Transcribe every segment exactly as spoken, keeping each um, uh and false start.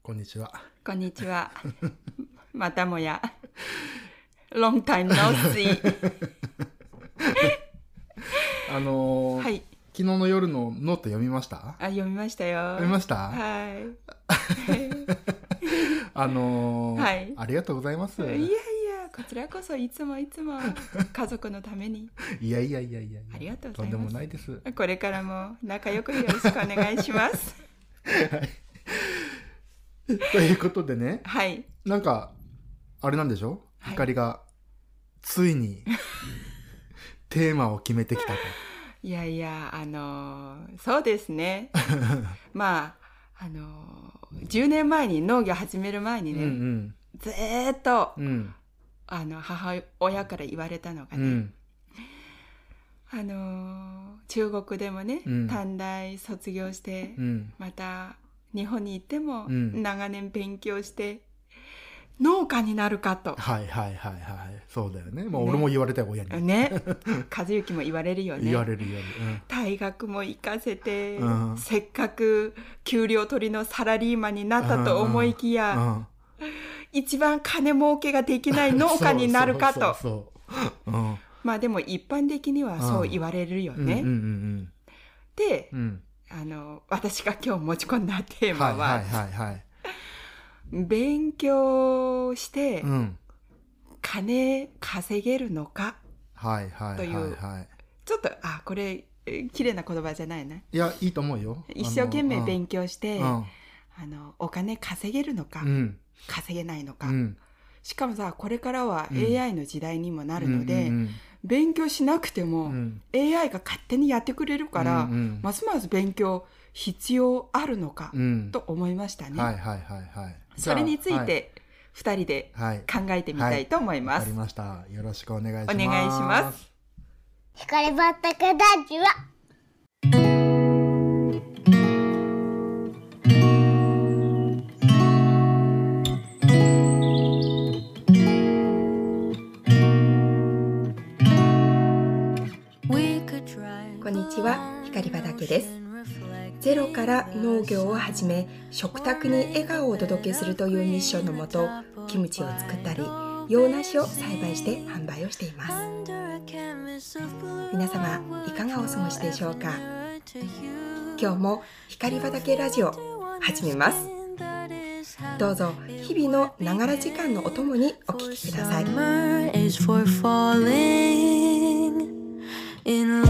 こんにちは。 こんにちは。またもや。Long time no see 。 あのー、 はい。 昨日の夜のノート読みました？ あ、読みましたよ。 読みました？ はい。 あのー、 はい。 ありがとうございます。 いやいや、こちらこそいつもいつも家族のために。 いやいやいやいやいや。 ありがとうございます。 とんでもないです。 これからも仲良くよろしくお願いします。 はい。ということでね。 はい。 なんか、あれなんでしょ？はい、光が、ついに、テーマを決めてきたと。 いやいや、あのー、そうですね。まあ、あのー、じゅうねんまえに農業始める前にね、うんうん、ずーっと、うん、あの、母親から言われたのがね、うん、あのー、中国でもね、うん、短大卒業して、うん、また、日本に行っても長年勉強して農家になるかと、うん、 はいはいはいはいそうだよね。もう俺も言われたよ、親にね。和幸も言われるよね。 言われる言われる、うん、 大学も行かせて、うん、せっかく給料取りのサラリーマンになったと思いきや、うんうん、一番金儲けができない農家になるかと。まあでも一般的にはそう言われるよね、うんうんうんうん、で、うんあの私が今日持ち込んだテーマは、はいはいはいはい、勉強して金稼げるのかという、はいはいはいはい、ちょっとあこれ綺麗な言葉じゃないね。 いやいいと思うよ。 一生懸命勉強して、うん、あのお金稼げるのか、うん、稼げないのか、うん、しかもさこれからは エーアイ の時代にもなるので、うんうんうんうん勉強しなくても、うん、エーアイ が勝手にやってくれるから、うんうん、ますます勉強必要あるのか、うん、と思いましたね。はいはいはいはい。それについてふたりで考えてみたいと思います。 わかりました。よろしくお願いします。 お願いします。 光畑ラジオ。 こんにちは、光畑です。ゼロから農業を始め、食卓に笑顔をお届けするというミッションのもと、キムチを作ったり、洋梨を栽培して販売をしています。皆様、いかがお過ごしでしょうか。今日も光畑ラジオ始めます。どうぞ日々のながら時間のお供にお聞きください。In love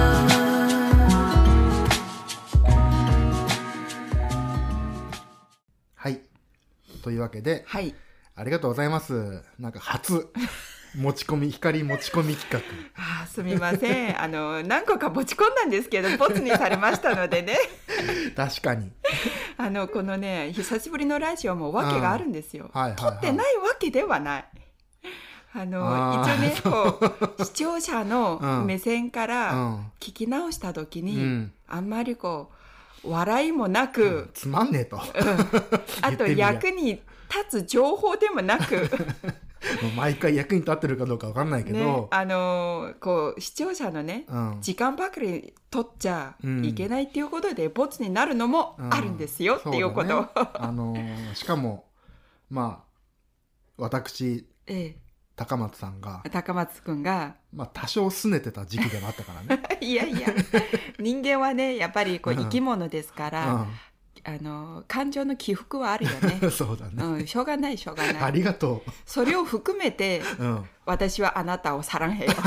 はいというわけで、はい、ありがとうございます。なんか初持ち込み光持ち込み企画あすみませんあの何個か持ち込んだんですけどボツにされましたのでね確かにあのこのね久しぶりのラジオもわけがあるんですよ、はいはいはい、撮ってないわけではないあの一応ねこう視聴者の目線から聞き直した時に、うん、あんまりこう笑いもなく、うん、 つまんねえと、うん、 あと役に立つ情報でもなくもう毎回役に立ってるかどうか分かんないけど、ね、 あのこう視聴者のね、うん、時間ばかり取っちゃいけないっていうことで、うん、ボツになるのもあるんですよ、うん、っていうこと、ね、 あのしかもまあ私、ええ高松さんが高松くんが、 まあ、多少拗ねてた時期でもあったからねいやいや人間はねやっぱりこう生き物ですから、うん、あの感情の起伏はあるよねそうだね、 うん、しょうがないしょうがないありがとうそれを含めて、うん、私はあなたをサランヘヨ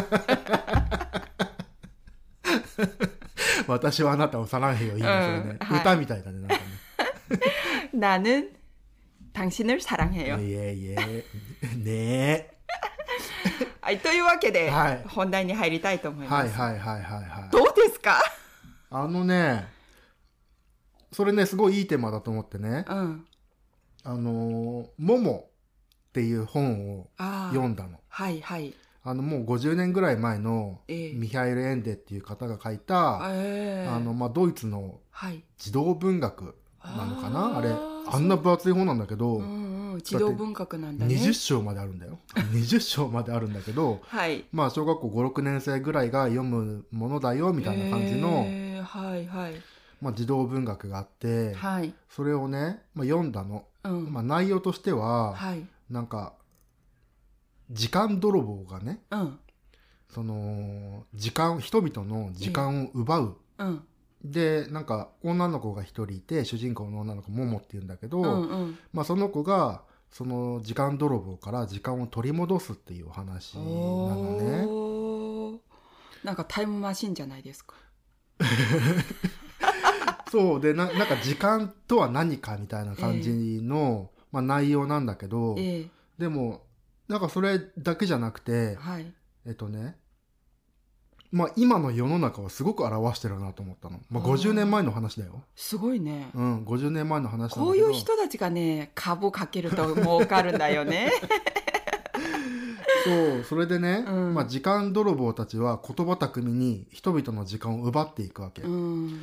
私はあなたをサランヘヨいいね、うんねはい、歌みたいだねなんかね 나는 당신을 사랑해요. 예, 예. 네. はい、というわけで、はい、本題に入りたいと思います。 はいはいはいはいはい。 どうですか？ あのね、それねすごいいいテーマだと思ってね。うん、あのモモっていう本を読んだの。はいはい。あのもうごじゅうねんぐらい前のミハイル・エンデっていう方が書いた、えー、あのまあドイツの児童文学なのかな、はい、あれ。あんな分厚い本なんだけど、うんうん、児童文学なんだね。 にじゅっ章まであるんだよにじゅっ章まであるんだけど、はい、まあ小学校ごろくねん生ぐらいが読むものだよみたいな感じの、えーはいはい、 まあ、児童文学があって、はい、それをね、まあ、読んだの、うんまあ、内容としては、はい、なんか時間泥棒がね、うん、その時間人々の時間を奪う、えーうんでなんか女の子が一人いて主人公の女の子モモっていうんだけど、うんうんまあ、その子がその時間泥棒から時間を取り戻すっていう話なのね。 なんかタイムマシンじゃないですか。 そうで な, なんか時間とは何かみたいな感じの、えーまあ、内容なんだけど、えー、でもなんかそれだけじゃなくて、はい、えっとねまあ、今の世の中をすごく表してるなと思ったの。まあ、ごじゅうねんまえの話だよ。 すごいね。 うん、ごじゅうねんまえの話なんだけど。 こういう人たちがね、株かけると儲かるんだよね。 そう、それでね、うんまあ、時間泥棒たちは言葉巧みに人々の時間を奪っていくわけ。うん、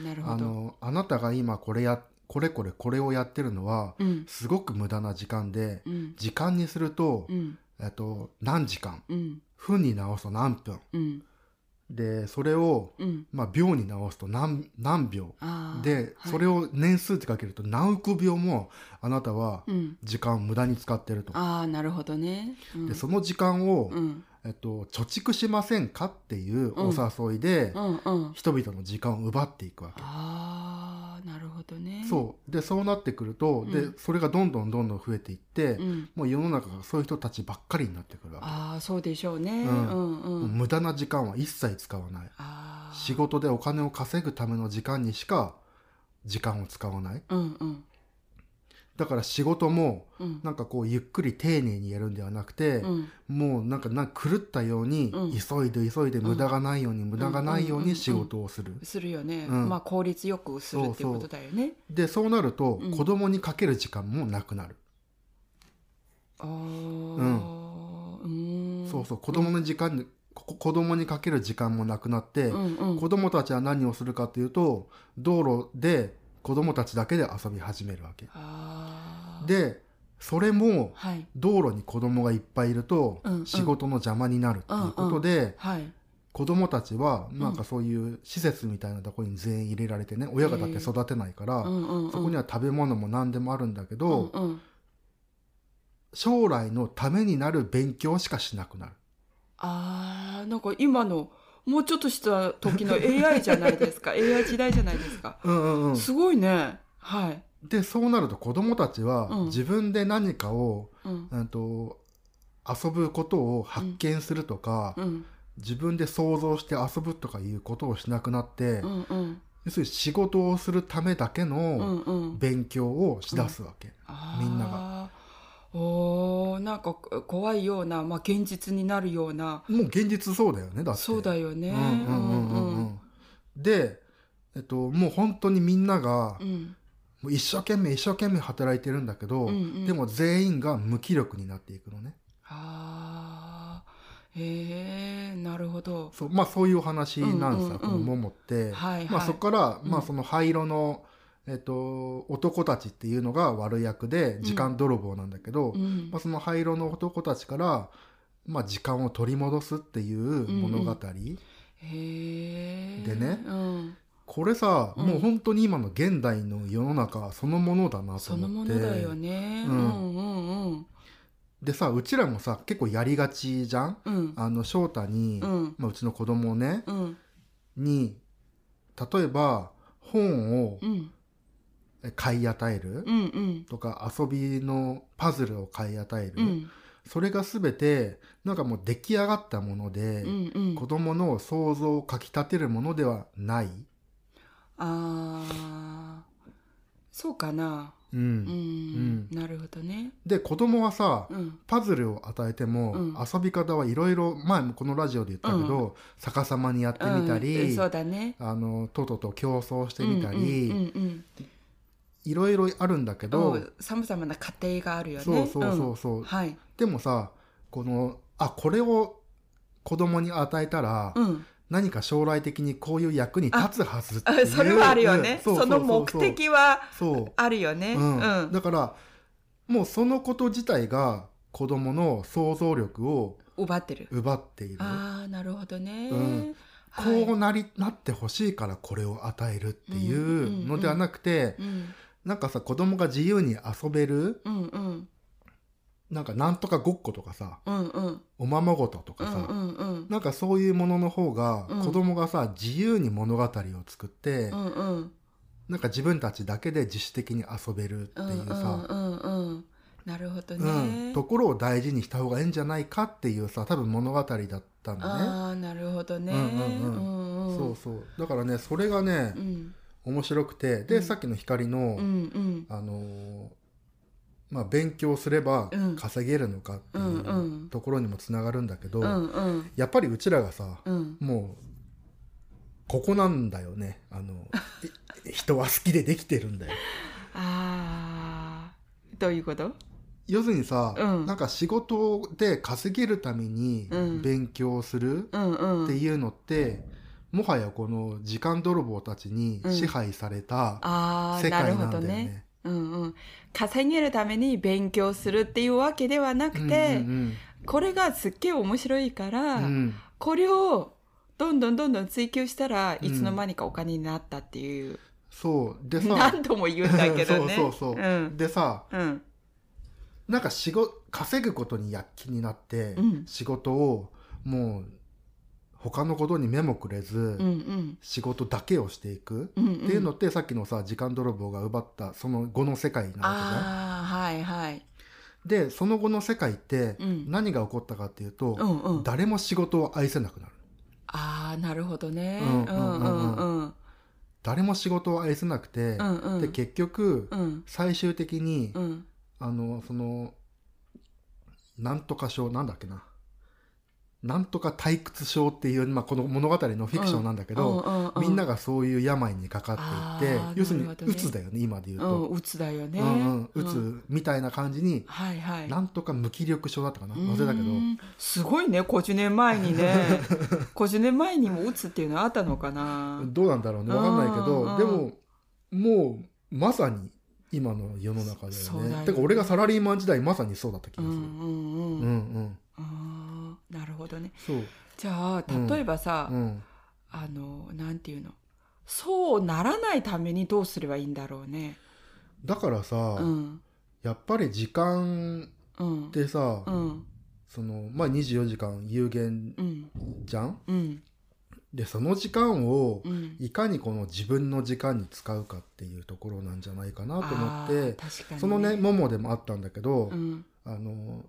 なるほど。あの、あなたが今これや、これこれこれをやってるのは、うん、すごく無駄な時間で、うん、時間にすると、うん、えっと、何時間、うん、分に直すと何分、うんでそれを、うんまあ、秒に直すと 何, 何秒で、はい、それを年数ってかけると何億秒もあなたは時間を無駄に使ってると、 うん、ああなるほどね、 うん、でその時間を、うんえっと、貯蓄しませんかっていうお誘いで、うんうんうん、人々の時間を奪っていくわけ。 ああなるほどね。 そうでそうなってくると、うん、でそれがどんどんどんどん増えていって、うん、もう世の中がそういう人たちばっかりになってくるわけ。 ああそうでしょうね、 うんうんうん、無駄な時間は一切使わない。あ仕事でお金を稼ぐための時間にしか時間を使わない、うんうん、だから仕事もなんかこうゆっくり丁寧にやるんではなくて、うん、もうなんかなんか狂ったように急いで急いで無駄がないように、うん、無駄がないように仕事をする、 うん、するよね、うん、まあ効率よくするっていうことだよね。そうそうでそうなると子供にかける時間もなくなる、 うん、 うん、そうそう子供の時間に、うん子供にかける時間もなくなって、うんうん、子供たちは何をするかというと道路で子供たちだけで遊び始めるわけ。あでそれも、はい、道路に子供がいっぱいいると、うんうん、仕事の邪魔になるっていうことで、うんうんはい、子供たちはなんかそういう施設みたいなところに全員入れられてね、親がだって育てないから、うんうんうん、そこには食べ物も何でもあるんだけど、うんうん、将来のためになる勉強しかしなくなる。 あーなんか今のもうちょっとした時の エーアイ じゃないですかエーアイ 時代じゃないですかうんうん、うん、すごいね。はいでそうなると子どもたちは自分で何かを、うんうん、と遊ぶことを発見するとか、うん、自分で想像して遊ぶとかいうことをしなくなって、うんうん、要するに仕事をするためだけの勉強をしだすわけ、うんうん、みんなが。 おーなんか怖いような、まあ、現実になるような。 もう現実そうだよねだって。 そうだよね。 で、えっと、もう本当にみんなが、うん、もう一生懸命一生懸命働いてるんだけど、うんうん、でも全員が無気力になっていくのね。 あーへえなるほど。 そう、まあ、そういうお話なんさ、うんうんうん、このモモって、はいはいまあ、そこから、まあ、その灰色のえっと、男たちっていうのが悪役で時間泥棒なんだけど、うんまあ、その灰色の男たちから、まあ、時間を取り戻すっていう物語、うんうん、へでね、うん、これさ、うん、もう本当に今の現代の世の中そのものだなと思って。そのものだよね、うんうんうんうん、でさうちらもさ結構やりがちじゃん、うん、あの翔太に、うんまあ、うちの子供ね、うん、に例えば本を、うん買い与える、うんうん、とか遊びのパズルを買い与える、うん、それが全てなんかもう出来上がったもので、うんうん、子供の想像をかきたてるものではない。 あそうかな、うんうんうん、なるほどね。 で子供はさ、うん、パズルを与えても、うん、遊び方はいろいろ前もこのラジオで言ったけど、うん、逆さまにやってみたり、 うんそうだね、 あのトトと競争してみたり、うんうんうんうんいろいろあるんだけどさまざまな過程があるよね。 そうそうそうそう、うんはい、でもさこのあこれを子供に与えたら、うん、何か将来的にこういう役に立つはずっていうそれはあるよね、うん、その目的はあるよね、 うんうん、だからもうそのこと自体が子供の想像力を奪ってる奪っている。 ああなるほどね、うん、 こうなり、なってほしいからこれを与えるっていうのではなくて、うんうんうん、なんかさ子供が自由に遊べる、うんうん、なんかなんとかごっことかさ、うんうん、おままごととかさ、うんうんうん、なんかそういうものの方が、うん、子供がさ自由に物語を作って、うんうん、なんか自分たちだけで自主的に遊べるっていうさ、うんうんうんうん、 なるほどね、 うん、ところを大事にした方がいいんじゃないかっていうさ多分物語だったんだね。 ああなるほどね、うんうんうんうん、そうそうだからねそれがね、うん、面白くてで、うん、さっきの光の、うんうん、あのーまあ、勉強すれば稼げるのかっていうところにもつながるんだけど、うんうん、やっぱりうちらがさ、うん、もうここなんだよねあの人は好きでできてるんだよ。 あーどういうこと？ 要するにさ、うん、なんか仕事で稼げるために勉強するっていうのって、うんうん、もはやこの時間泥棒たちに支配された世界なんだよね。 うんうん、稼げるために勉強するっていうわけではなくて、うんうんうん、これがすっげえ面白いから、うん、これをどんどんどんどん追求したらいつの間にかお金になったっていう、うん、 そうでさ何度も言うんだけどねそうそうそう、うん、でさ、うん、なんか仕事稼ぐことに躍起になって、うん、仕事をもう他のことに目もくれず、うんうん、仕事だけをしていく、うんうん、っていうのってさっきのさ時間泥棒が奪ったその後の世界なわけじゃん。 あ、はいはい、 でその後の世界って何が起こったかっていうと、うんうん、誰も仕事を愛せなくなる。 ああなるほどね、うんうんうんうん、 誰も仕事を愛せなくて、うんうん、で結局、うん、最終的に、うん、あのそのなんとか症なんだっけななんとか退屈症っていう、まあ、この物語のフィクションなんだけど、うんうんうんうん、みんながそういう病にかかっていって要するにうつだよね今で言うと、 うん、うつだよね、 うんうん、うつみたいな感じに、はいはい、なんとか無気力症だったかな忘れたけどすごいねごじゅうねんまえにねごじゅうねんまえにもうつっていうのあったのかなどうなんだろうね分かんないけど、うんうん、でももうまさに今の世の中だよね。そうだよね。てか俺がサラリーマン時代まさにそうだった気がする。うんうんうん。うんうん。 ああ、なるほどね。そう。じゃあ例えばさ、うんうん、あのなんていうの、そうならないためにどうすればいいんだろうね。 だからさ、うん、やっぱり時間ってさ、うん、そのまあにじゅうよじかん有限じゃん。うんうんでその時間をいかにこの自分の時間に使うかっていうところなんじゃないかなと思って、ね、そのねモモでもあったんだけど、うん、あの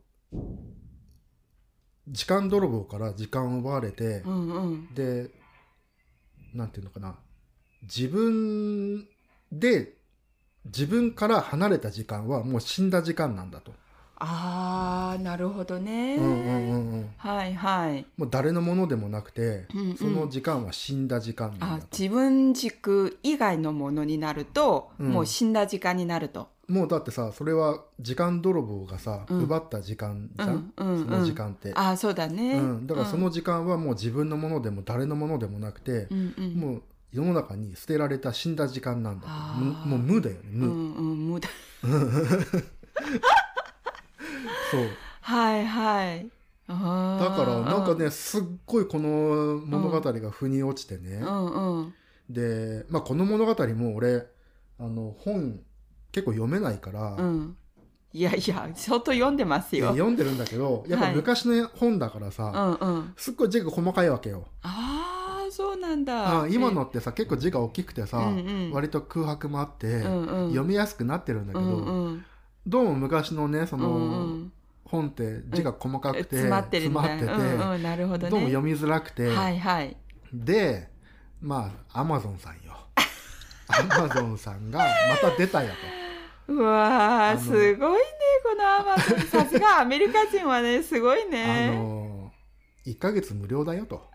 時間泥棒から時間を奪われて、うんうん、でなんていうのかな自分で自分から離れた時間はもう死んだ時間なんだと。 あーなるほどね、うんうんうんうん、はいはいもう誰のものでもなくて、うんうん、その時間は死んだ時間なんだと。 あ自分軸以外のものになると、うん、もう死んだ時間になると。 もうだってさそれは時間泥棒がさ、うん、奪った時間じゃん、うんうんうん、その時間って。 あそうだね、 うん、だからその時間はもう自分のものでも誰のものでもなくて、うんうん、もう世の中に捨てられた死んだ時間なんだと。もう無だよね無、うんうん、無だそうはいはいだからなんかねすっごいこの物語が腑に落ちてね、うんうん、で、まあ、この物語も俺あの本結構読めないから、うん、 いやいや相当読んでますよ。 読んでるんだけどやっぱ昔の本だからさ、はいうんうん、すっごい字が細かいわけよ。 ああそうなんだ。 あ今のってさ結構字が大きくてさ、うんうん、割と空白もあって、うんうん、読みやすくなってるんだけど、うんうん、どうも昔のねその、うんうん本って字が細かくて、うん、詰まってるんだ詰まってて、うんうん、なるほどね、どうも読みづらくて、はいはい、でまあアマゾンさんよアマゾンさんがまた出たよと。うわーすごいねこのアマゾンさすがアメリカ人はねすごいね。 あのいっかげつ無料だよと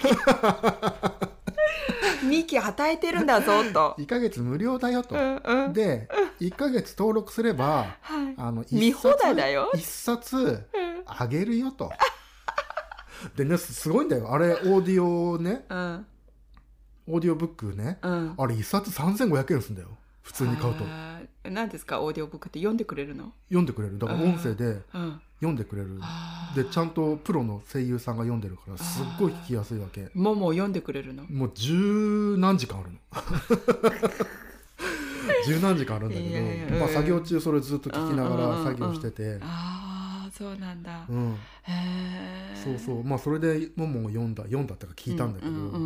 ミキ与えてるんだぞといっかげつ無料だよと、うんうん、でいっかげつ登録すれば、はい、あの見放題だよ一冊あげるよと、うん、でねすごいんだよあれオーディオね、うん、オーディオブックね、うん、あれ一冊さんぜんごひゃくえんするんだよ普通に買うと。 何ですかオーディオブックって読んでくれるの？ 読んでくれるだから音声で、うんうん、 読んでくれる。でちゃんとプロの声優さんが読んでるからすっごい聞きやすいわけ。 もも読んでくれるの？ もう十何時間あるの十何時間あるんだけど、いやいや、まあ、作業中それずっと聞きながら作業してて、うんうんうん、 ああそうなんだ、 うん、へそうそうまあそれでももを読んだ読んだってか聞いたんだけど、うんうんうんうん、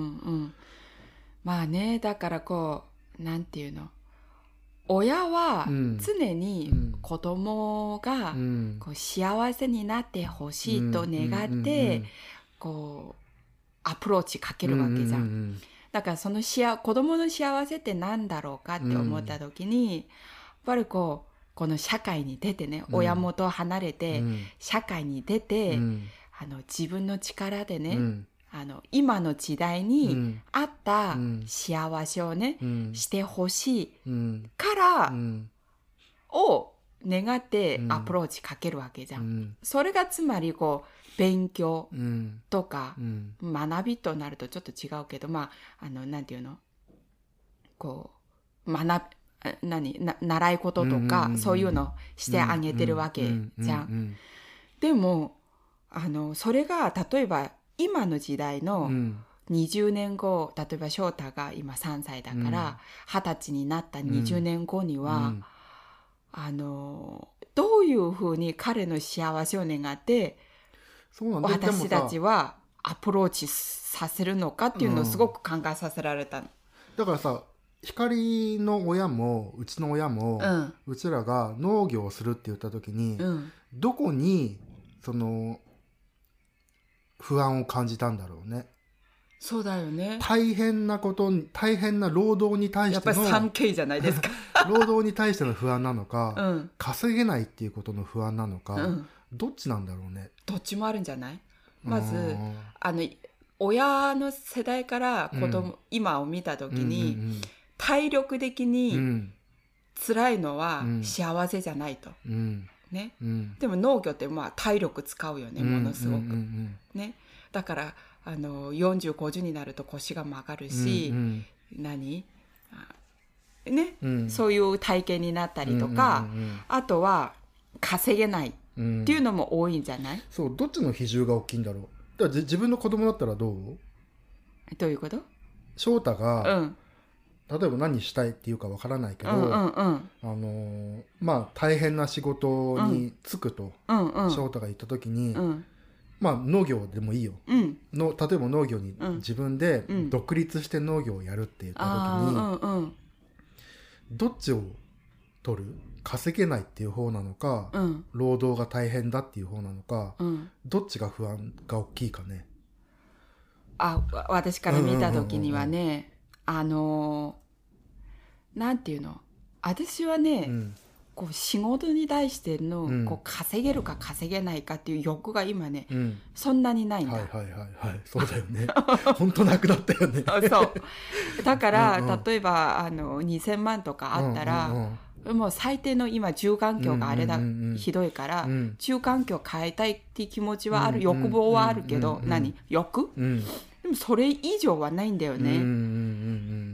まあねだからこうなんていうの親は常に子供がこう幸せになってほしいと願ってこうアプローチかけるわけじゃん。だからそのしあ子供の幸せって何だろうかって思った時にやっぱりこうこの社会に出てね親元を離れて社会に出てあの自分の力でねあの今の時代に合った幸せをね、うん、してほしいから、うん、を願ってアプローチかけるわけじゃん、うん、それがつまりこう勉強とか、うんうん、学びとなるとちょっと違うけどまああのなんていうのこう学び何な習い事とか、うんうんうん、そういうのしてあげてるわけじゃん、うんうんうん、でもあのそれが例えば今の時代のにじゅうねんご、例えば翔太が今さんさいだからはたちになったにじゅうねんごには、うん、あのどういうふうに彼の幸せを願って私たちはアプローチさせるのかっていうのをすごく考えさせられたの、うん、 だからさ光の親もうちの親も、うん、うちらが農業をするって言った時に、うん、どこにその不安を感じたんだろうね。 そうだよね。 大変なこと大変な労働に対してのやっぱり スリーケー じゃないですか労働に対しての不安なのか、うん、稼げないっていうことの不安なのか、うん、どっちなんだろうね。 どっちもあるんじゃない。まずあの親の世代から子供、うん、今を見た時に、うんうんうん、体力的に辛いのは幸せじゃないと、うんねうん、でも農業ってまあ体力使うよねものすごく、うんうんうん、ね、だからあのよんじゅう、ごじゅうになると腰が曲がるし、うんうん、何ね、うん、そういう体型になったりとか、うんうんうん、あとは稼げないっていうのも多いんじゃない、うん、 そうどっちの比重が大きいんだろう。だから自分の子供だったらどう？ どういうこと？ 翔太が、うん例えば何したいっていうかわからないけど、うんうんうん、あのー、まあ大変な仕事に就くと、うんうん、翔太が言った時に、うん、まあ農業でもいいよ、うん、の例えば農業に自分で独立して農業をやるって言った時に、うんうん、どっちを取る？稼げないっていう方なのか、うん、労働が大変だっていう方なのか、うん、どっちが不安が大きいかね。 あ、私から見た時にはね、うんうんうんうんあのー、なんていうの私はね、うん、こう仕事に対しての、うん、こう稼げるか稼げないかっていう欲が今ね、うん、そんなにないんだ。 はいはいはいはいそうだよね本当なくなったよねそうだからうん、うん、例えばあのにせんまんとかあったら、うんうんうん、もう最低の今住環境があれだ、うんうんうん、ひどいから、うん、住環境変えたいっていう気持ちはある、うん、欲望はあるけど、うんうんうん、何欲、うんでもそれ以上はないんだよね、うんうんうんうん、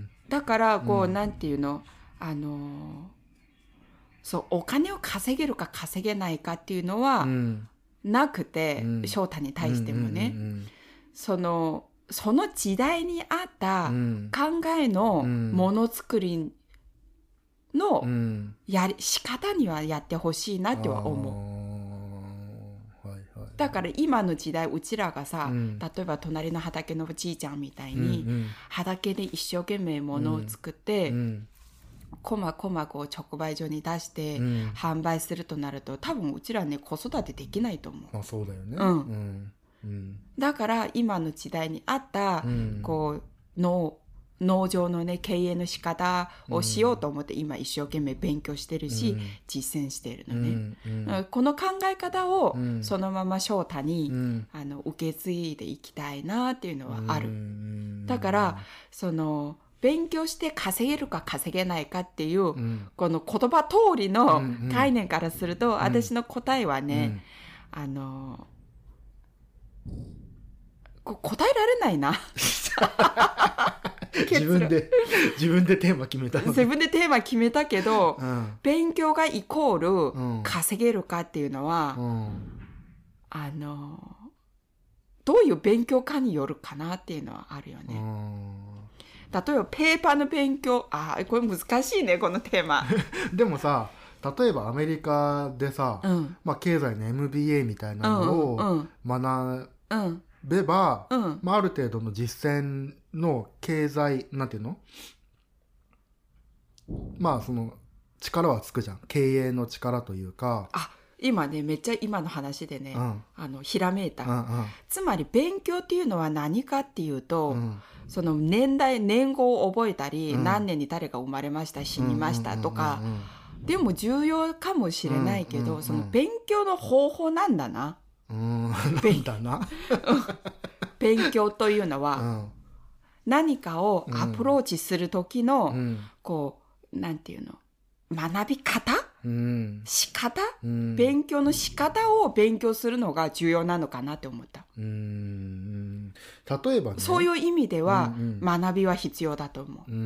だからこう、うん、なんていうのあのそうお金を稼げるか稼げないかっていうのはなくて、うん、翔太に対してもね、うんうんうん、そのその時代に合った考えのものづくりのやり仕方にはやってほしいなっては思う。だから今の時代うちらがさ、うん、例えば隣の畑のおじいちゃんみたいに、うんうん、畑で一生懸命ものを作って、うん、こまこまこう直売所に出して、うん、販売するとなると多分うちらね子育てできないと思う。 あ、そうだよね、 うんうんうん、だから今の時代に合った、うん、こう農農場のね経営の仕方をしようと思って今一生懸命勉強してるし、うん、実践しているのね、うんうん、この考え方をそのまま翔太に、うん、あの受け継いでいきたいなっていうのはある、うん、だからその勉強して稼げるか稼げないかっていう、うん、この言葉通りの概念からすると、うん、私の答えはね、うん、あの答えられないな自分で自分でテーマ決めた自分でテーマ決めたけど、うん、勉強がイコール稼げるかっていうのは、うん、 あのどういう勉強かによるかなっていうのはあるよね。例えばペーパーの勉強、あこれ難しいねこのテーマ。 でもさ、例えばアメリカでさ、うん、まあ、経済の エムビーエー みたいなのを学べば、うんうん、まあ、ある程度の実践の経済なんていうの、まあその力はつくじゃん、経営の力というか。 あ、今ねめっちゃ今の話でね、うん、あのひらめいた、うんうん、つまり勉強っていうのは何かっていうと、うん、その年代年号を覚えたり、うん、何年に誰が生まれました死にましたとか、うんうんうんうん、でも重要かもしれないけど、うんうんうん、その勉強の方法なんだな、 うん、なんだな勉強というのは、うん、何かをアプローチする時の、うん、こうなんていうの学び方、うん、仕方、うん、勉強の仕方を勉強するのが重要なのかなって思った。 うーん、例えばね、 そういう意味では、うんうん、学びは必要だと思う。 うんうん、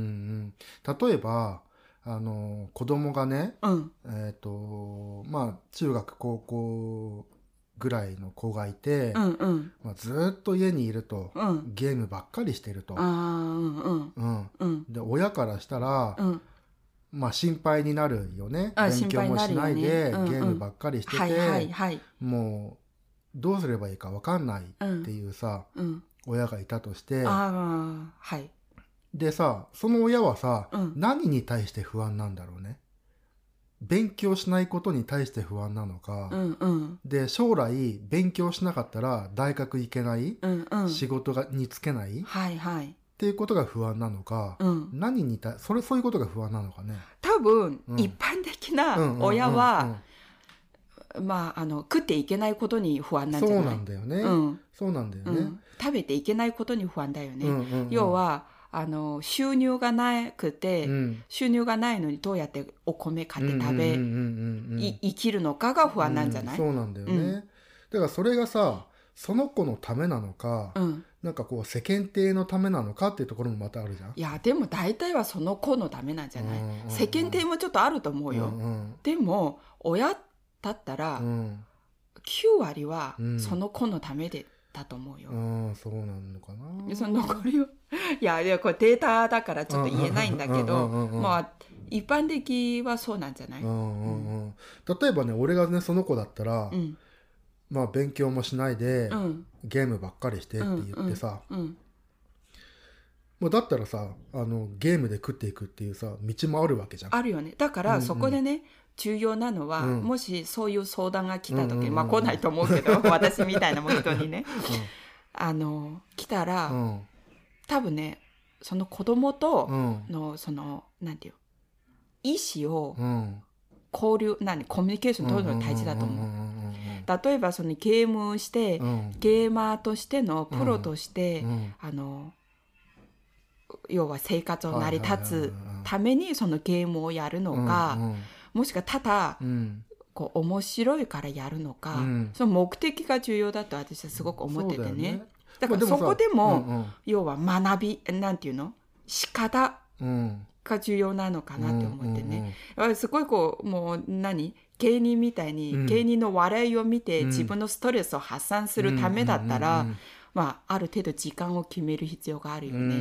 例えばあの子供がね、うん、えっとまあ中学高校ぐらいの子がいて、うんうん、まあ、ずっと家にいると、うん、ゲームばっかりしてると。あ、うんうんうんうん、で親からしたら、うん、まあ心配になるよね。勉強もしないで、うんうん、ゲームばっかりしてて、はいはいはい、もうどうすればいいか分かんないっていうさ、うん、親がいたとして、あ、はい、でさ、その親はさ、うん、何に対して不安なんだろうね。勉強しないことに対して不安なのか、うんうん、で将来勉強しなかったら大学行けない、うんうん、仕事がに就けない、はいはい、っていうことが不安なのか、うん、何に対それそういうことが不安なのかね。 多分、うん、一般的な親は、まああの食っていけないことに不安なんじゃない？ そうなんだよね。うん、そうなんだよね、うん。 食べていけないことに不安だよね。うんうんうん、要は。あの収入がなくて、うん、収入がないのにどうやってお米買って食べ、生きるのかが不安なんじゃない？ うん、そうなんだよね、うん、だからそれがさその子のためなのか、うん、なんかこう世間体のためなのかっていうところもまたあるじゃん。 いやでも大体はその子のためなんじゃない、うんうんうん、世間体もちょっとあると思うよ、うんうん、でも親だったら、うん、きゅうわりはその子のためでだと思うよ。 ああ、そうなのかな。 その残りをいやいやこれデータだからちょっと言えないんだけど、まあ一般的はそうなんじゃない？うんうんうん、例えばね、俺がねその子だったら、うん、まあ勉強もしないで、うん、ゲームばっかりしてって言ってさ、うんうんうん、もうだったらさあのゲームで食っていくっていうさ道もあるわけじゃん。 あるよね。だからそこでね、うんうん、重要なのは、うん、もしそういう相談が来た時、うんうんうん、まあ来ないと思うけど私みたいな人にね、うん、あの来たら、うん、多分ねその子供との、うん、そのなんていう意思を交流、うん、何コミュニケーション取るのが大事だと思う。例えばそのゲームして、うん、ゲーマーとしてのプロとして、うん、あの要は生活を成り立つためにそのゲームをやるのか、うんうん、もしくはただ、うん、こう面白いからやるのか、うん、その目的が重要だと私はすごく思ってて ね, ねだからそこでも、うんうん、要は学びなんていうの仕方が重要なのかなって思ってね、うんうん、すごいこうもう何芸人みたいに、うん、芸人の笑いを見て、うん、自分のストレスを発散するためだったら、うんうんうんうんまあ、ある程度時間を決める必要があるよね、うんうんうんうん、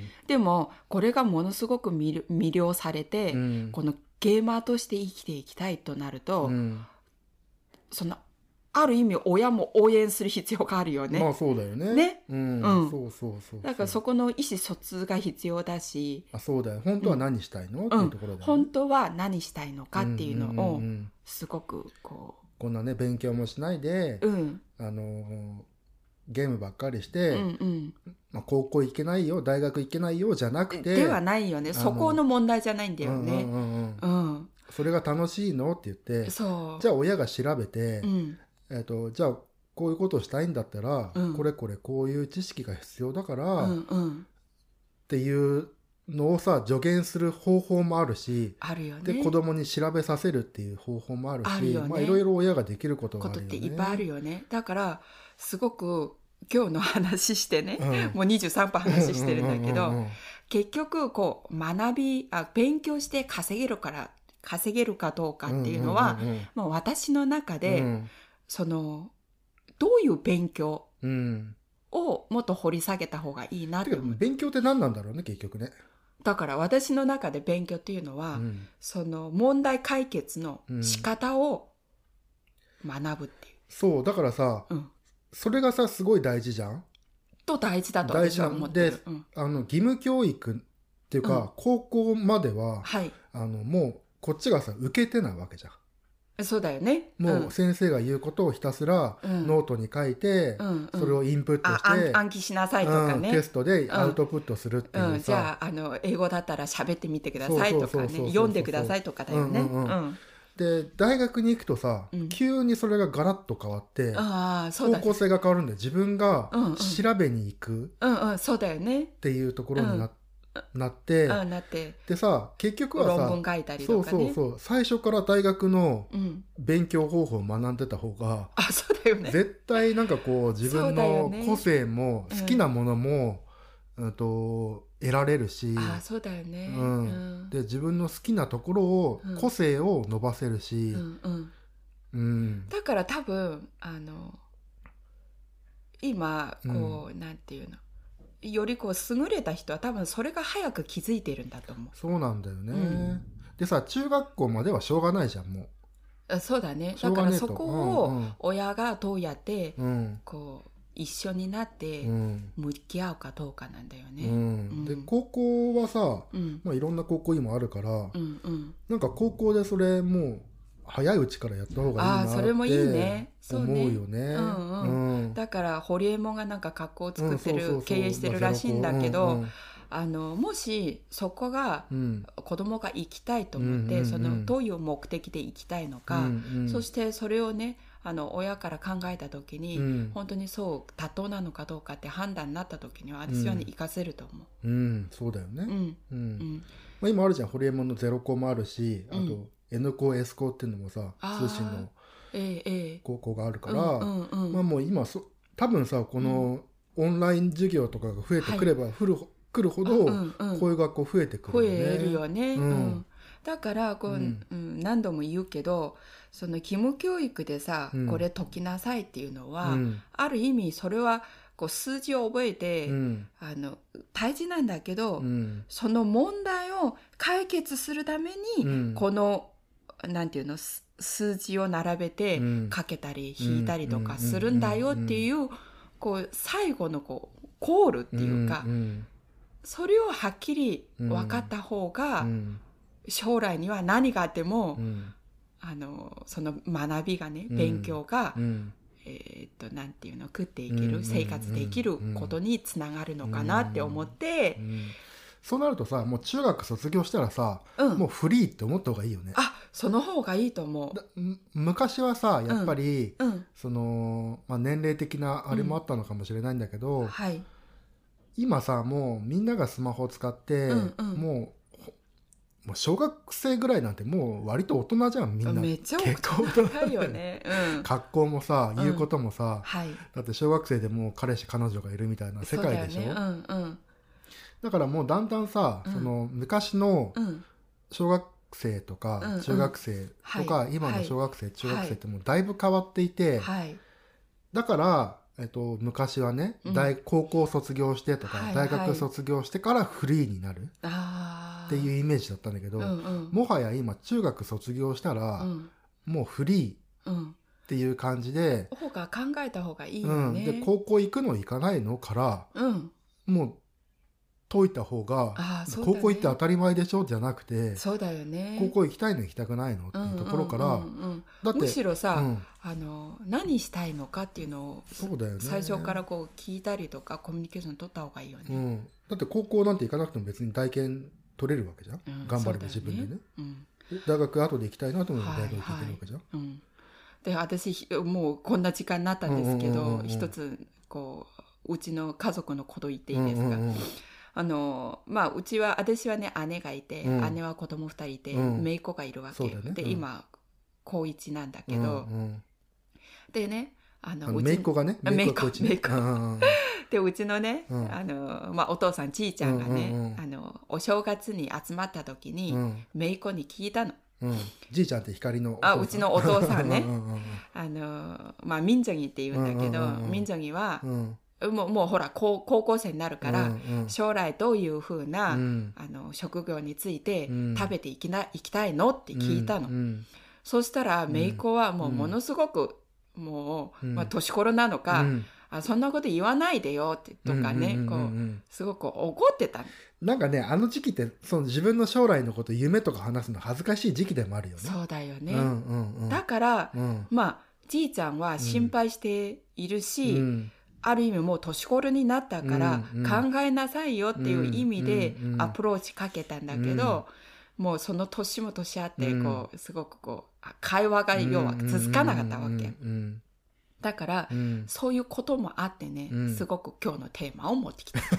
でもこれがものすごく魅了されて、うん、このゲーマーとして生きていきたいとなると、うん、そのある意味親も応援する必要があるよね。 まあそうだよね。 ね、 うんうん、そうそうそう。 だからそこの意思疎通が必要だし、 あそうだよ。本当は何したいの、うん、っていうところだよね。 本当は何したいのかっていうのをすごくこう、 こんなね勉強もしないで、うん、あのゲームばっかりして、うんうんまあ、高校行けないよ大学行けないよじゃなくてではないよね。そこの問題じゃないんだよね。 それが楽しいのって言ってそうじゃあ親が調べて、うんえー、とじゃあこういうことをしたいんだったら、うん、これこれこういう知識が必要だから、うんうん、っていうのをさ助言する方法もあるしあるよ、ね、 で子供に調べさせるっていう方法もあるしあるよ、ねまあ、いろいろ親ができることがあるよね。 ことっていっぱいあるよね。だからすごく今日の話してね、うん、もうにじゅうさんぷん話してるんだけど、うんうんうんうん、結局こう学びあ勉強して稼げるから稼げるかどうかっていうのは、うんうんうんうん、もう私の中で、うん、 そのどういう勉強をもっと掘り下げた方がいいなと思う、 うん、勉強って何なんだろうね結局ね。 だから私の中で勉強っていうのは、うん、その問題解決の仕方を学ぶっていう、うん、 そうだからさ、うん、それがさすごい大事じゃん。 と大事だと私は思ってる。 で、うん、あの義務教育っていうか、うん、高校までは、はい、あのもうこっちがさ受けてないわけじゃん。 そうだよね。 もう先生が言うことをひたすらノートに書いて、うんうん、それをインプットして、 うん、暗記しなさいとかね、 うん、テストでアウトプットするっていうさ、 うんうん、じゃあ、あの英語だったら喋ってみてくださいとかね、読んでくださいとかだよね。 で大学に行くとさ、うん、急にそれがガラッと変わって、あそうだ、ね、方向性が変わるんで自分が調べに行くっていうところになって、なって、 うん、なってでさ結局はさ論文書いたりとかね、 そうそうそう最初から大学の勉強方法を学んでた方が、うん、 あそうだよね、 絶対なんかこう自分の個性も好きなものも、うんうん、と得られるし、 あそうだよね、 うんうん、で自分の好きなところを、うん、個性を伸ばせるし、うんうんうん、だから多分あの今こう、うん、なんていうのよりこう優れた人は多分それが早く気づいてるんだと思う。 そうなんだよね、うん、でさ中学校まではしょうがないじゃんもう。そうだね。だからそこを親がどうやってこう一緒になって向き合うかどうかなんだよね、うんうん、 で高校はさ、うんまあ、いろんな高校今あるから、うんうん、なんか高校でそれもう早いうちからやった方がいいなって思うよね。あそれもいいね。そうね。うんうんうん、だからホリエモンがなんか学校を作ってる、うん、そうそうそう経営してるらしいんだけど、うんうん、あのもしそこが、うん、子供が行きたいと思って、うんうんうん、そのどういう目的で行きたいのか、うんうん、そしてそれをねあの親から考えた時に、うん、本当にそう妥当なのかどうかって判断になった時には私はね、うん、活かせると思う。 うん、そうだよね。うんうんうんまあ、今あるじゃんホリエモンのゼロ校もあるし、あと、うんN 校 S 校っていうのもさ通信の高校があるから、まあもう今そ多分さこのオンライン授業とかが増えてくれば、はい、来るほどこういう学校増えてくるよね。 増えるよね、うんうん、だからこう、うんうん、何度も言うけどその義務教育でさ、うん、これ解きなさいっていうのは、うん、ある意味それはこう数字を覚えて、うん、あの大事なんだけど、うん、その問題を解決するために、うん、このなんていうの数字を並べてかけたり引いたりとかするんだよっていうこう最後のこうコールっていうかそれをはっきり分かった方が将来には何があってもあのその学びがね勉強がえっとなんていうの食っていける生活できることにつながるのかなって思ってそうなるとさもう中学卒業したらさ、うん、もうフリーって思った方がいいよね。 あその方がいいと思う。 昔はさやっぱり、うん、そのまあ、年齢的なあれもあったのかもしれないんだけど、うんはい、今さもうみんながスマホを使って、うんうん、もうもう小学生ぐらいなんてもう割と大人じゃんみんな。 めっちゃ大人よね、うん、 格好もさ言うこともさ、はい、だって小学生でもう彼氏彼女がいるみたいな世界でしょ。そうだよね、うんうんだからもうだんだんさ、うん、その昔の小学生とか中学生とか、うんうん、今の小学生、はい、中学生ってもうだいぶ変わっていて、はい、だから、えっと、昔はね、うん、大高校卒業してとか、はいはい、大学卒業してからフリーになるっていうイメージだったんだけど、うんうん、もはや今中学卒業したら、うん、もうフリーっていう感じで、 うん、方が考えた方がいいよね、 うん、で高校行くの行かないのから、うん、もう解いた方が、ね、高校行って当たり前でしょじゃなくてそうだよね高校行きたいの行きたくないのっていうところから、うんうんうんうん、 だってむしろさ、うん、あの何したいのかっていうのをそうだよ、ね、最初からこう聞いたりとかコミュニケーション取った方がいいよね、 うん、だって高校なんて行かなくても別に大検取れるわけじゃん、うん、頑張れば自分でね、うん、大学後で行きたいなと思えば大学行けるわけじゃん、はいはいうん、 で私もうこんな時間になったんですけど、うんうんうんうん、一つこううちの家族のこと言っていいですか、うんうんうんあのまあ、うちは私はね姉がいて、うん、姉は子供ふたりいて、うん、姪っ子がいるわけ、ね、で、うん、今高いちなんだけど、うんうん、でねあの姪っ子がね姪っ子姪っ子でうちのね、うん、あのまあ、お父さんちいちゃんがね、うんうんうん、あのお正月に集まった時に、うん、姪っ子に聞いたの、 うん、じいちゃんって光のお父さん、あうちのお父さんねあのまあ民정이って言うんだけど、民정이は、うんもう、もうほら高校生になるから、うんうん、将来どういうふうな、うん、あの職業について食べていきな、いきたいのって聞いたの、うんうん、そしたら姪っ子はもうものすごく、うん、もう、まあ、年頃なのか、うん、あそんなこと言わないでよってとかね、こうすごく怒ってた。 なんかねあの時期ってその自分の将来のこと夢とか話すの恥ずかしい時期でもあるよね。 そうだよね、 うんうんうん、 だから、うん、まあじいちゃんは心配しているし、うんある意味もう年頃になったから考えなさいよっていう意味でアプローチかけたんだけど、もうその年も年あってこうすごくこう会話が要は続かなかったわけ。だからそういうこともあってね、すごく今日のテーマを持ってきた。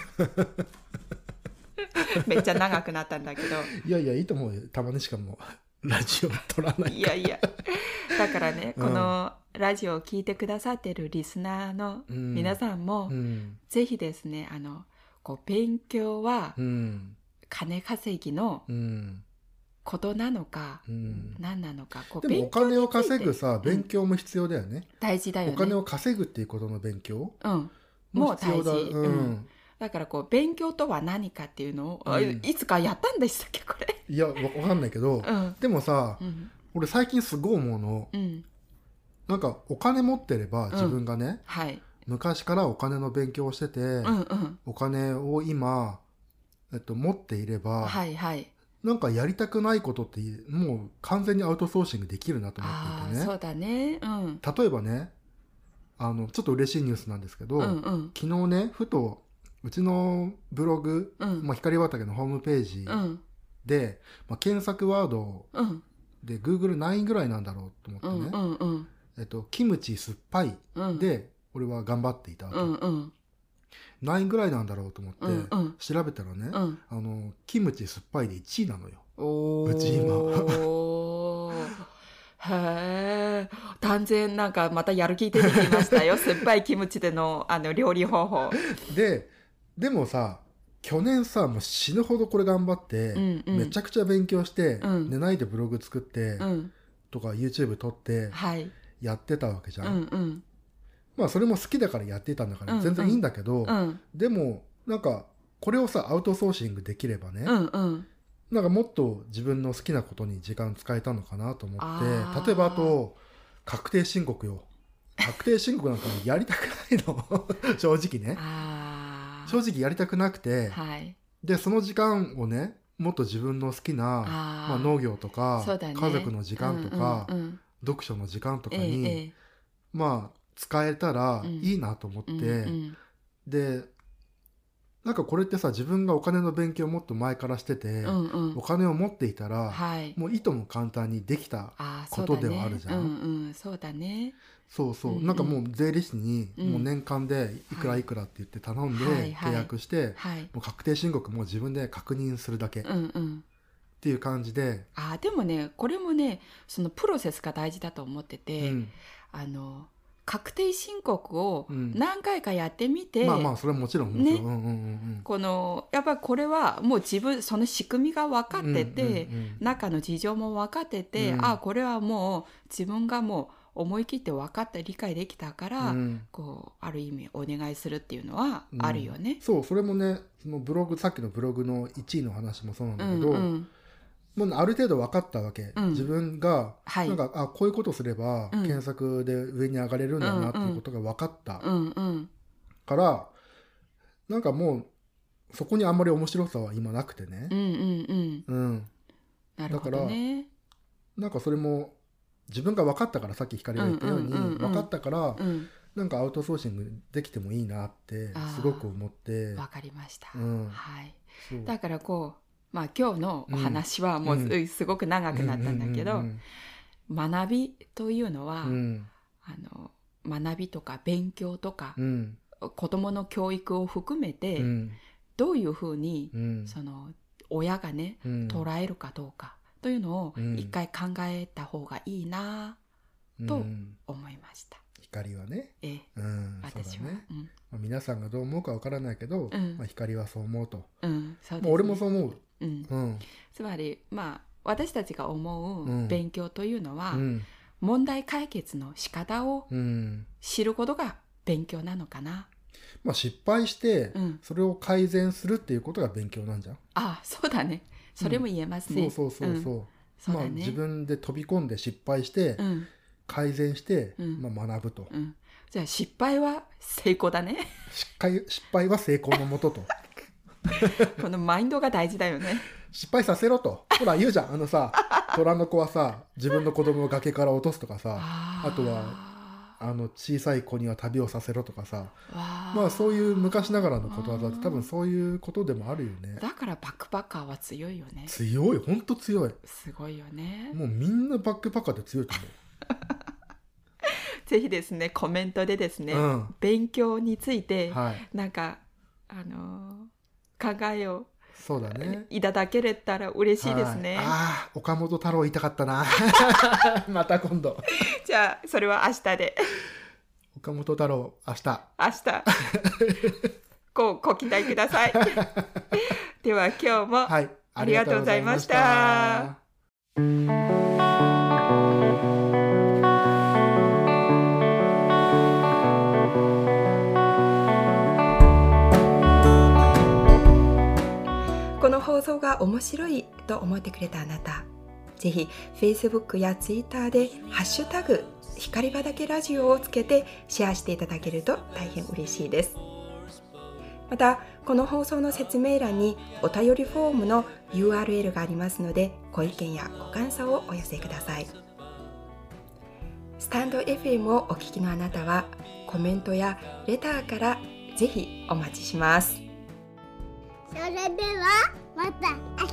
めっちゃ長くなったんだけど。 いやいやいいと思うよ。たまにしかもラジオ撮らないから。 いやいや。だからね、このラジオを聞いてくださってるリスナーの皆さんも、うん、ぜひですね、あのこう勉強は金稼ぎのことなのか、うん、何なのか、こうでもお金を稼ぐさ、勉強も必要だよね、 うん、大事だよね。 お金を稼ぐっていうことの勉強、 うん、も必要だ。もう大事、うんうん、だからこう勉強とは何かっていうのを、うん、いつかやったんでしたっけこれ。 いやわかんないけど、うん、でもさ、うん、俺最近すごい思うの、うん、なんかお金持ってれば自分がね、うんはい、昔からお金の勉強をしてて、うんうん、お金を今、えっと、持っていれば、はいはい、なんかやりたくないことってもう完全にアウトソーシングできるなと思っていてね。 そうだね、うん、 例えばねあのちょっと嬉しいニュースなんですけど、うんうん、昨日ねふとうちのブログ、うんまあ、光畑のホームページで、うんまあ、検索ワードで グーグル 何位ぐらいなんだろうと思ってね、うんうんうんえっと、キムチ酸っぱいで俺は頑張っていたわけ、うんうん、何位ぐらいなんだろうと思って調べたらね、うん、あのキムチ酸っぱいでいちいなのよ、うち今。 へえ、断然なんかまたやる気出てきましたよ。酸っぱいキムチでのあの料理方法ででもさ去年さもう死ぬほどこれ頑張って、うんうん、めちゃくちゃ勉強して、うん、寝ないでブログ作って、うん、とか YouTube 撮ってやってたわけじゃん、うんうん、まあそれも好きだからやってたんだから全然いいんだけど、うんうん、でもなんかこれをさアウトソーシングできればね、うんうん、なんかもっと自分の好きなことに時間使えたのかなと思って、例えばあと確定申告よ。確定申告なんかやりたくないの正直ね。あ正直やりたくなくて、はい、でその時間をねもっと自分の好きなあ、まあ、農業とか、ね、家族の時間とか、うんうんうん、読書の時間とかに、ええ、まあ使えたらいいなと思って、うんうんうん、でなんかこれってさ自分がお金の勉強をもっと前からしてて、うんうん、お金を持っていたら、はい、もういとも簡単にできたことではあるじゃん。 うんうん、そうだね。 そうそう、うんうん、なんかもう税理士にもう年間でいくらいくらって言って頼んで契約して、はいはい、もう確定申告も自分で確認するだけ、うんうん、っていう感じで。 あでもねこれもねそのプロセスが大事だと思ってて、うん、あの確定申告を何回かやってみて、 うん、まあまあそれはもちろんもちろん、ねうんうんうん、 このやっぱりこれはもう自分その仕組みが分かってて、うんうんうん、中の事情も分かってて、うん、あこれはもう自分がもう思い切って分かった理解できたから、うん、こうある意味お願いするっていうのはあるよね、 うん、そうそれもねそのブログさっきのブログのいちいの話もそうなんだけど、うんうんもうある程度分かったわけ、うん、自分が、はい、なんかあこういうことすれば検索で上に上がれるんだなっていうことが分かった、うんうん、からなんかもうそこにあんまり面白さは今なくてね、うんうんうんうん、なるほどね。だからなんかそれも自分が分かったからさっき光が言ったように、うんうんうんうん、分かったから、うん、なんかアウトソーシングできてもいいなってすごく思って分かりました、うんはい、だからこうまあ、今日のお話はもうすごく長くなったんだけど、学びというのは、うん、あの学びとか勉強とか、うん、子どもの教育を含めて、うん、どういうふうに、うん、その親がね、うん、捉えるかどうかというのを一回考えた方がいいなと思いました。 光はね、 ええうん、私は、ねうんまあ、皆さんがどう思うかわからないけど、うんまあ、光はそう思うと、 うんそうですね、 まあ、俺もそう思う。 うんうん、つまりまあ私たちが思う勉強というのは、うん、問題解決の仕方を知ることが勉強なのかな。 まあ、失敗してそれを改善するっていうことが勉強なんじゃん。 ああ、そうだね。それも言えますね。 うん、そうそうそうそう。うんそうだね、まあ、自分で飛び込んで失敗して、うん、改善して、うんまあ、学ぶと、うん、 じゃあ失敗は成功だね。 失敗、失敗は成功のもととこのマインドが大事だよね。 失敗させろと。ほら言うじゃん、あのさ虎の子はさ自分の子供を崖から落とすとかさ、あ, あとはあの小さい子には旅をさせろとかさ、まあそういう昔ながらのことわざって多分そういうことでもあるよね。 だからバックパッカーは強いよね。 強い、ほんと強い。 すごいよね。 もうみんなバックパッカーで強いと思う。 ぜひですねコメントでですね、うん、勉強について、はい、なんかあのー、考えをそうだね、 いただけれたら嬉しいですね。 はい、ああ岡本太郎言いたかったなまた今度じゃあそれは明日で。 岡本太郎明日明日こうご期待くださいでは今日もありがとうございました、はい、この放送が面白いと思ってくれたあなた、ぜひ Facebook や Twitter でハッシュタグ光畑ラジオをつけてシェアしていただけると大変嬉しいです。またこの放送の説明欄にお便りフォームの ユーアールエル がありますので、ご意見やご感想をお寄せください。スタンド エフエム をお聞きのあなたはコメントやレターからぜひお待ちします。 それではまた明日。